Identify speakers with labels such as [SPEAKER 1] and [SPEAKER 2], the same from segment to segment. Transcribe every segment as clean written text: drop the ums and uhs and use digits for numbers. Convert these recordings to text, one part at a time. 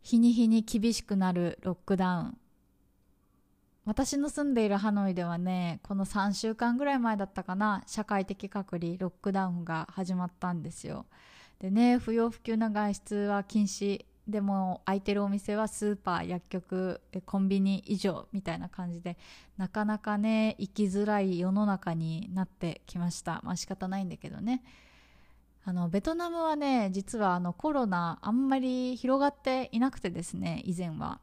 [SPEAKER 1] 日に日に厳しくなるロックダウン。私の住んでいるハノイではね、この3週間ぐらい前だったかな、社会的隔離ロックダウンが始まったんですよ。でね、不要不急な外出は禁止でも、空いてるお店はスーパー、薬局、コンビニ以上みたいな感じで、なかなかね生きづらい世の中になってきました。まあ仕方ないんだけどね。ベトナムはね、実はコロナあんまり広がっていなくてですね、以前は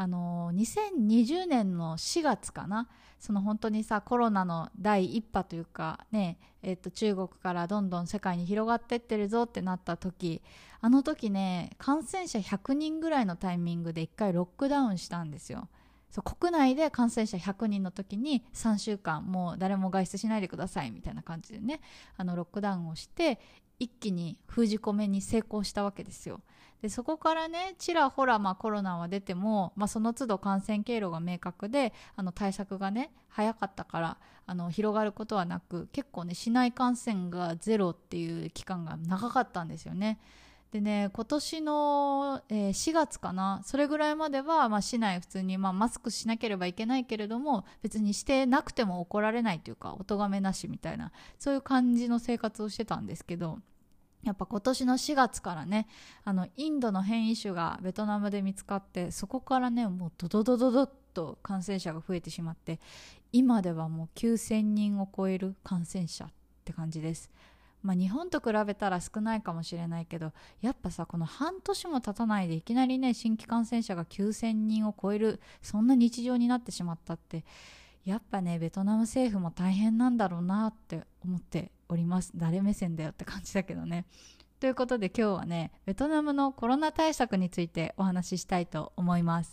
[SPEAKER 1] 2020年の4月かな、その本当にさ、コロナの第一波というかね、中国からどんどん世界に広がってってるぞってなった時、あの時ね、感染者100人ぐらいのタイミングで1回ロックダウンしたんですよ。そう、国内で感染者100人の時に3週間もう誰も外出しないでくださいみたいな感じでね、ロックダウンをして一気に封じ込めに成功したわけですよ。でそこからね、ちらほらコロナは出ても、その都度感染経路が明確で、対策がね早かったから広がることはなく、結構ね市内感染がゼロっていう期間が長かったんですよね。でね、今年の、4月かな、それぐらいまでは、市内普通に、マスクしなければいけないけれども、別にしてなくても怒られないというか、お咎めなしみたいな、そういう感じの生活をしてたんですけど、やっぱ今年の4月からね、インドの変異種がベトナムで見つかって、そこからねもうドドドドドッと感染者が増えてしまって、今ではもう9000人を超える感染者って感じです。日本と比べたら少ないかもしれないけど、やっぱさ、この半年も経たないでいきなりね新規感染者が9000人を超える、そんな日常になってしまったって、やっぱねベトナム政府も大変なんだろうなって思っております。誰目線だよって感じだけどね。ということで今日はね、ベトナムのコロナ対策についてお話ししたいと思います。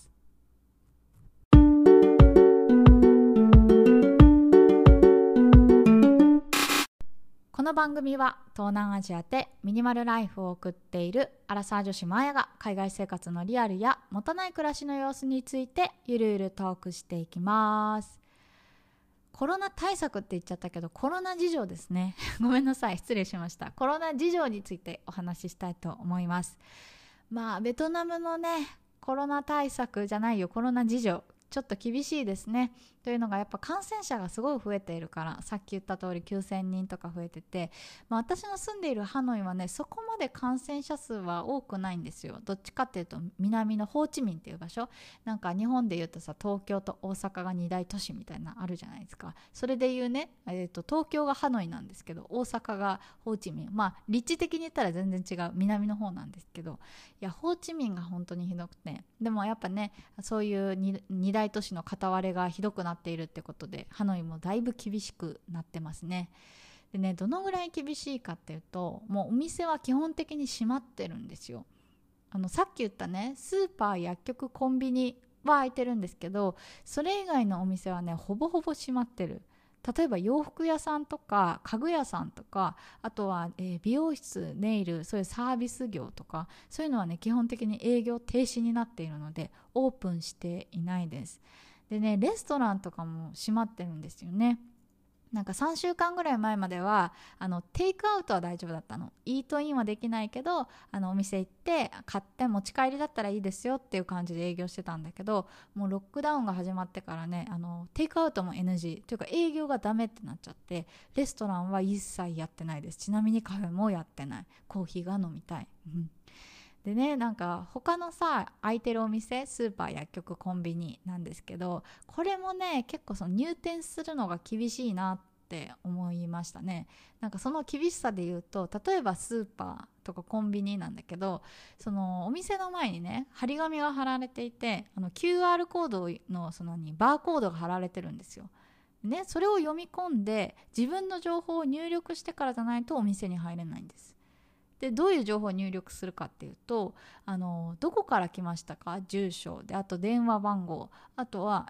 [SPEAKER 1] この番組は東南アジアでミニマルライフを送っているアラサー女子マヤが、海外生活のリアルや持たない暮らしの様子についてゆるゆるトークしていきます。コロナ対策って言っちゃったけど、コロナ事情ですね。ごめんなさい、失礼しました。コロナ事情についてお話ししたいと思います。ベトナムのねコロナ対策じゃないよ、コロナ事情ちょっと厳しいですね。というのが、やっぱ感染者がすごい増えているから、さっき言った通り9000人とか増えてて、私の住んでいるハノイはねそこまで感染者数は多くないんですよ。どっちかっていうと南のホーチミンっていう場所、なんか日本でいうとさ、東京と大阪が2大都市みたいなあるじゃないですか。それでいうね、東京がハノイなんですけど、大阪がホーチミン、立地的に言ったら全然違う南の方なんですけど、いやホーチミンが本当にひどくて、でもやっぱねそういう2大都市の片割れがひどくなっているってことで、ハノイもだいぶ厳しくなってますね。でね、どのぐらい厳しいかっていうと、もうお店は基本的に閉まってるんですよ。さっき言ったねスーパー、薬局、コンビニは開いてるんですけど、それ以外のお店はねほぼほぼ閉まってる。例えば洋服屋さんとか家具屋さんとか、あとは、美容室、ネイル、そういうサービス業とか、そういうのはね基本的に営業停止になっているのでオープンしていないです。でね、レストランとかも閉まってるんですよね。なんか3週間ぐらい前まではテイクアウトは大丈夫だったの。イートインはできないけどお店行って買って持ち帰りだったらいいですよっていう感じで営業してたんだけど、もうロックダウンが始まってからねテイクアウトも NG というか営業がダメってなっちゃって、レストランは一切やってないです。ちなみにカフェもやってない。コーヒーが飲みたい。でね、なんか他のさ空いてるお店、スーパー、薬局、コンビニなんですけど、これもね結構その入店するのが厳しいなって思いましたね。なんかその厳しさで言うと、例えばスーパーとかコンビニなんだけど、そのお店の前にね張り紙が貼られていて、QR コードのそのバーコードが貼られてるんですよ。ね、それを読み込んで自分の情報を入力してからじゃないとお店に入れないんです。でどういう情報を入力するかっていうと、どこから来ましたか、住所で、あと電話番号、あとは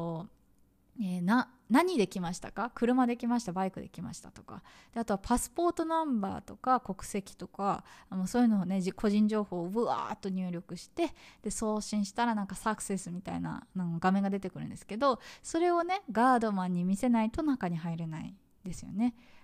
[SPEAKER 1] 何で来ましたか、車で来ました、バイクで来ましたとかで、あとはパスポートナンバーとか国籍とかそういうのをね個人情報をブワーっと入力して、で送信したらなんかサクセスみたいな画面が出てくるんですけど、それをねガードマンに見せないと中に入れないですよね。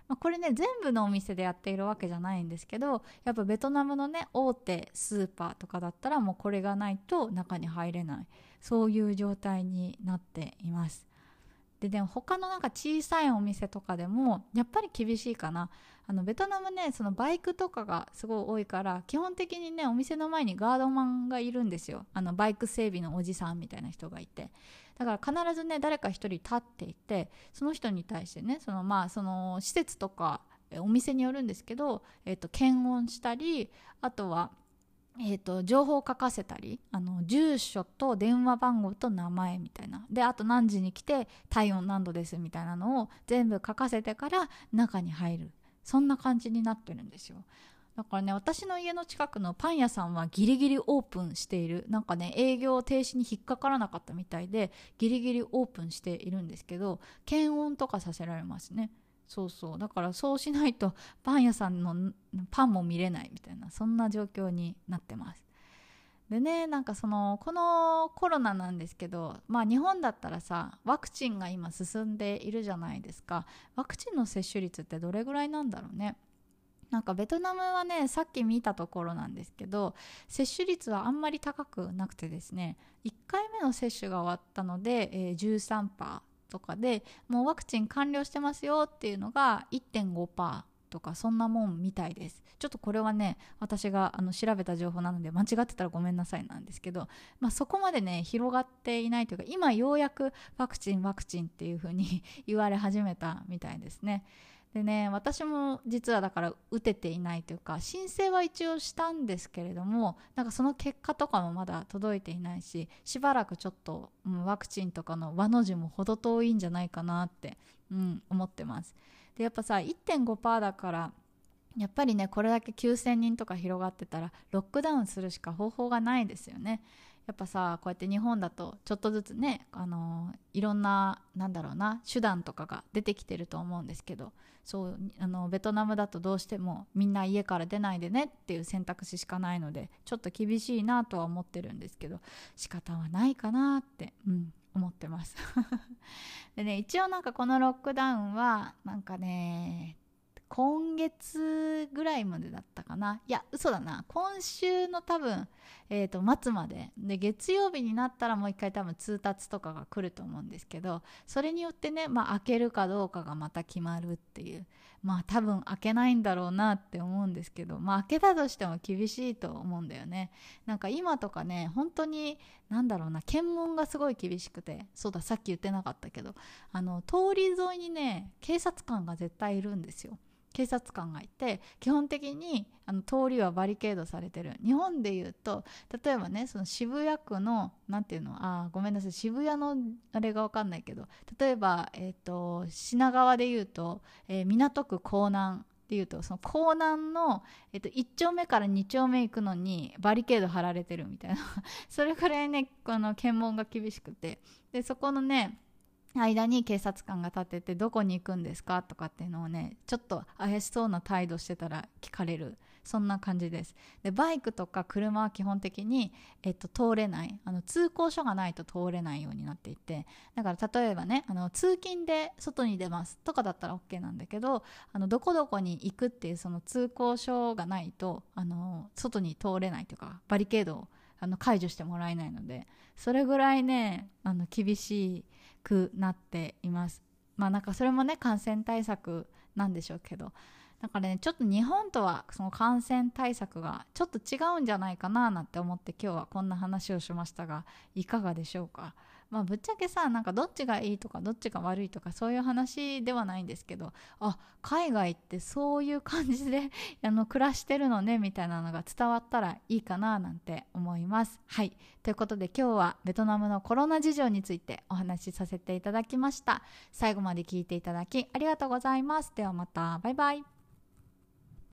[SPEAKER 1] これね全部のお店でやっているわけじゃないんですけど、やっぱベトナムのね大手スーパーとかだったらもうこれがないと中に入れない、そういう状態になっています。でも他のなんか小さいお店とかでもやっぱり厳しいかな。ベトナムね、そのバイクとかがすごい多いから、基本的にねお店の前にガードマンがいるんですよ。バイク整備のおじさんみたいな人がいて、だから必ずね誰か一人立っていて、その人に対してねその施設とかお店によるんですけど、検温したり、あとは情報を書かせたり、住所と電話番号と名前みたいなで、あと何時に来て体温何度ですみたいなのを全部書かせてから中に入る、そんな感じになってるんですよ。だからね、私の家の近くのパン屋さんはギリギリオープンしている、なんかね営業停止に引っかからなかったみたいでギリギリオープンしているんですけど、検温とかさせられますね。そうそう、だからそうしないとパン屋さんのパンも見れないみたいな、そんな状況になってます。でね、なんかこのコロナなんですけど、日本だったらさワクチンが今進んでいるじゃないですか。ワクチンの接種率ってどれぐらいなんだろうね。なんかベトナムはねさっき見たところなんですけど、接種率はあんまり高くなくてですね、1回目の接種が終わったので、13%とかで、もうワクチン完了してますよっていうのが 1.5% とか、そんなもんみたいです。ちょっとこれはね私が調べた情報なので間違ってたらごめんなさいなんですけど、そこまでね広がっていないというか、今ようやくワクチンっていう風に言われ始めたみたいですね。でね、私も実はだから打てていないというか、申請は一応したんですけれども、なんかその結果とかもまだ届いていないし、しばらくちょっと、ワクチンとかの和の字も程遠いんじゃないかなって、思ってます。でやっぱさ 1.5% だから、やっぱりねこれだけ9000人とか広がってたらロックダウンするしか方法がないですよね。やっぱさこうやって日本だとちょっとずつね、いろんな手段とかが出てきてると思うんですけど、そうベトナムだとどうしてもみんな家から出ないでねっていう選択肢しかないので、ちょっと厳しいなとは思ってるんですけど、仕方はないかなって、思ってますでね、一応なんかこのロックダウンはなんかね今月ぐらいまでだったかな。いや嘘だな、今週の多分、末までで、月曜日になったらもう一回多分通達とかが来ると思うんですけど、それによってね、開けるかどうかがまた決まるっていう、多分開けないんだろうなって思うんですけど、開けたとしても厳しいと思うんだよね。なんか今とかね本当に検問がすごい厳しくて、そうださっき言ってなかったけど、通り沿いにね警察官が絶対いるんですよ。警察官がいて、基本的に通りはバリケードされてる。日本でいうと例えばね、その渋谷区のごめんなさい、渋谷のあれが分かんないけど、例えば、品川でいうと、港区港南でいうと、その港南の、1丁目から2丁目行くのにバリケード張られてるみたいなそれくらいね検問が厳しくて、でそこのね間に警察官が立ってて、どこに行くんですかとかっていうのをねちょっと怪しそうな態度してたら聞かれる、そんな感じです。でバイクとか車は基本的に、通れない、通行証がないと通れないようになっていて、だから例えばね通勤で外に出ますとかだったら OK なんだけど、どこどこに行くっていうその通行証がないと外に通れないというか、バリケードを解除してもらえないので、それぐらいね厳しくなっています。なんかそれもね感染対策なんでしょうけど、だからねちょっと日本とはその感染対策がちょっと違うんじゃないかななんて思って、今日はこんな話をしましたが、いかがでしょうか。ぶっちゃけさ、なんかどっちがいいとかどっちが悪いとかそういう話ではないんですけど、海外ってそういう感じで暮らしてるのねみたいなのが伝わったらいいかななんて思います。はい、ということで今日はベトナムのコロナ事情についてお話しさせていただきました。最後まで聞いていただきありがとうございます。ではまた、バイバイ。